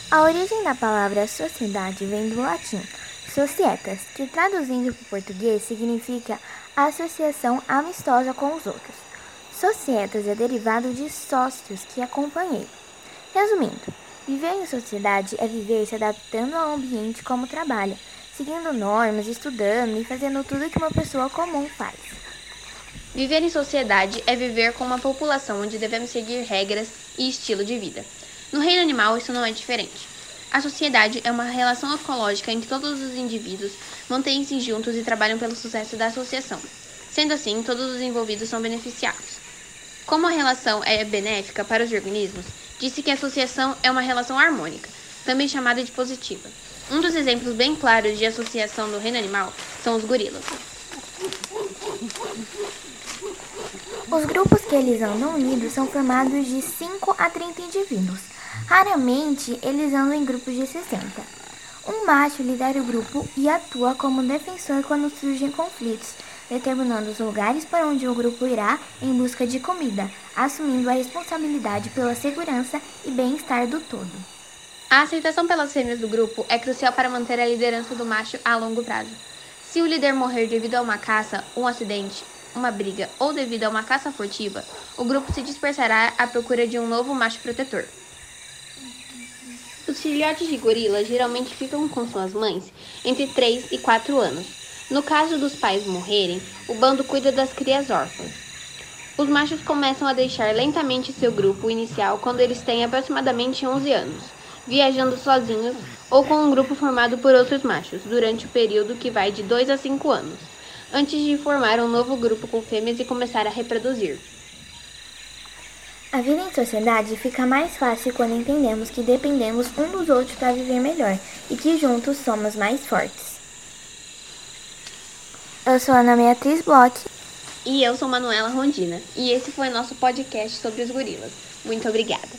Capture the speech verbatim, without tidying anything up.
A origem da palavra sociedade vem do latim societas, que traduzindo para o português significa associação amistosa com os outros. Societas é derivado de sócios, que é companheiro. Resumindo, viver em sociedade é viver se adaptando ao ambiente como trabalha, seguindo normas, estudando e fazendo tudo que uma pessoa comum faz. Viver em sociedade é viver com uma população onde devemos seguir regras e estilo de vida. No reino animal, isso não é diferente. A sociedade é uma relação ecológica em que todos os indivíduos mantêm-se juntos e trabalham pelo sucesso da associação. Sendo assim, todos os envolvidos são beneficiados. Como a relação é benéfica para os organismos, disse que a associação é uma relação harmônica, também chamada de positiva. Um dos exemplos bem claros de associação no reino animal são os gorilas. Os grupos que eles andam unidos são formados de cinco a trinta indivíduos. Raramente, eles andam em grupos de sessenta. Um macho lidera o grupo e atua como defensor quando surgem conflitos, determinando os lugares para onde o grupo irá em busca de comida, assumindo a responsabilidade pela segurança e bem-estar do todo. A aceitação pelas fêmeas do grupo é crucial para manter a liderança do macho a longo prazo. Se o líder morrer devido a uma caça, um acidente, uma briga ou devido a uma caça furtiva, o grupo se dispersará à procura de um novo macho protetor. Os filhotes de gorila geralmente ficam com suas mães entre três e quatro anos. No caso dos pais morrerem, o bando cuida das crias órfãs. Os machos começam a deixar lentamente seu grupo inicial quando eles têm aproximadamente onze anos, viajando sozinhos ou com um grupo formado por outros machos, durante o período que vai de dois a cinco anos, antes de formar um novo grupo com fêmeas e começar a reproduzir. A vida em sociedade fica mais fácil quando entendemos que dependemos um dos outros para viver melhor e que juntos somos mais fortes. Eu sou Ana Beatriz Bloch. E eu sou Manuela Rondina. E esse foi nosso podcast sobre os gorilas. Muito obrigada.